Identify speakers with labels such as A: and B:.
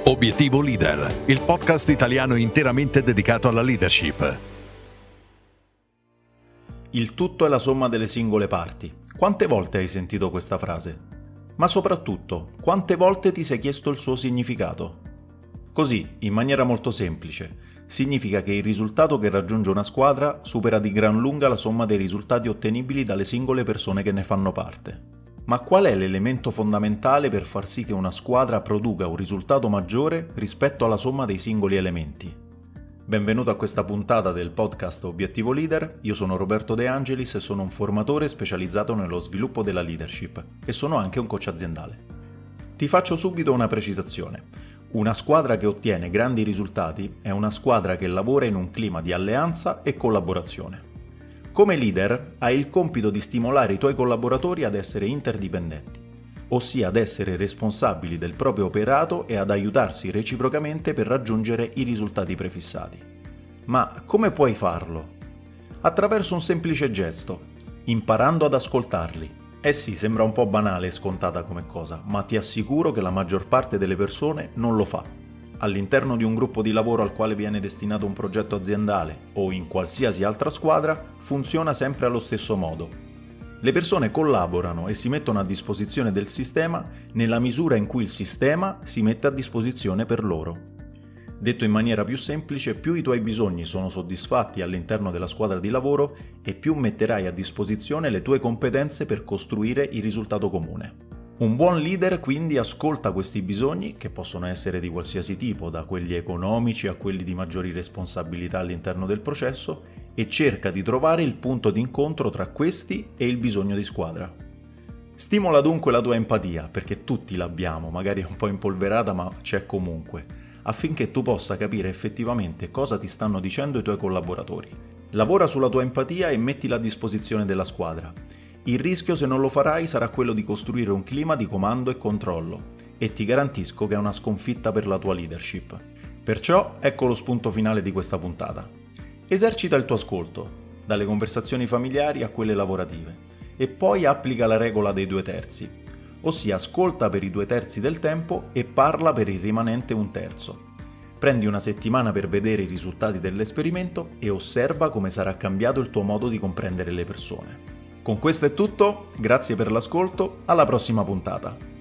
A: Obiettivo Leader, il podcast italiano interamente dedicato alla leadership.
B: Il tutto è la somma delle singole parti. Quante volte hai sentito questa frase? Ma soprattutto, quante volte ti sei chiesto il suo significato? Così, in maniera molto semplice, significa che il risultato che raggiunge una squadra supera di gran lunga la somma dei risultati ottenibili dalle singole persone che ne fanno parte. Ma qual è l'elemento fondamentale per far sì che una squadra produca un risultato maggiore rispetto alla somma dei singoli elementi? Benvenuto a questa puntata del podcast Obiettivo Leader, io sono Roberto De Angelis e sono un formatore specializzato nello sviluppo della leadership e sono anche un coach aziendale. Ti faccio subito una precisazione. Una squadra che ottiene grandi risultati è una squadra che lavora in un clima di alleanza e collaborazione. Come leader hai il compito di stimolare i tuoi collaboratori ad essere interdipendenti, ossia ad essere responsabili del proprio operato e ad aiutarsi reciprocamente per raggiungere i risultati prefissati. Ma come puoi farlo? Attraverso un semplice gesto, imparando ad ascoltarli. Eh sì, sembra un po' banale e scontata come cosa, ma ti assicuro che la maggior parte delle persone non lo fa. All'interno di un gruppo di lavoro al quale viene destinato un progetto aziendale o in qualsiasi altra squadra, funziona sempre allo stesso modo. Le persone collaborano e si mettono a disposizione del sistema nella misura in cui il sistema si mette a disposizione per loro. Detto in maniera più semplice, più i tuoi bisogni sono soddisfatti all'interno della squadra di lavoro e più metterai a disposizione le tue competenze per costruire il risultato comune. Un buon leader quindi ascolta questi bisogni, che possono essere di qualsiasi tipo, da quelli economici a quelli di maggiori responsabilità all'interno del processo, e cerca di trovare il punto d'incontro tra questi e il bisogno di squadra. Stimola dunque la tua empatia, perché tutti l'abbiamo, magari un po' impolverata ma c'è comunque, affinché tu possa capire effettivamente cosa ti stanno dicendo i tuoi collaboratori. Lavora sulla tua empatia e mettila a disposizione della squadra. Il rischio, se non lo farai, sarà quello di costruire un clima di comando e controllo, e ti garantisco che è una sconfitta per la tua leadership. Perciò ecco lo spunto finale di questa puntata. Esercita il tuo ascolto, dalle conversazioni familiari a quelle lavorative, e poi applica la regola dei 2/3, ossia ascolta per i 2/3 del tempo e parla per il rimanente 1/3. Prendi una settimana per vedere i risultati dell'esperimento e osserva come sarà cambiato il tuo modo di comprendere le persone. Con questo è tutto, grazie per l'ascolto, alla prossima puntata.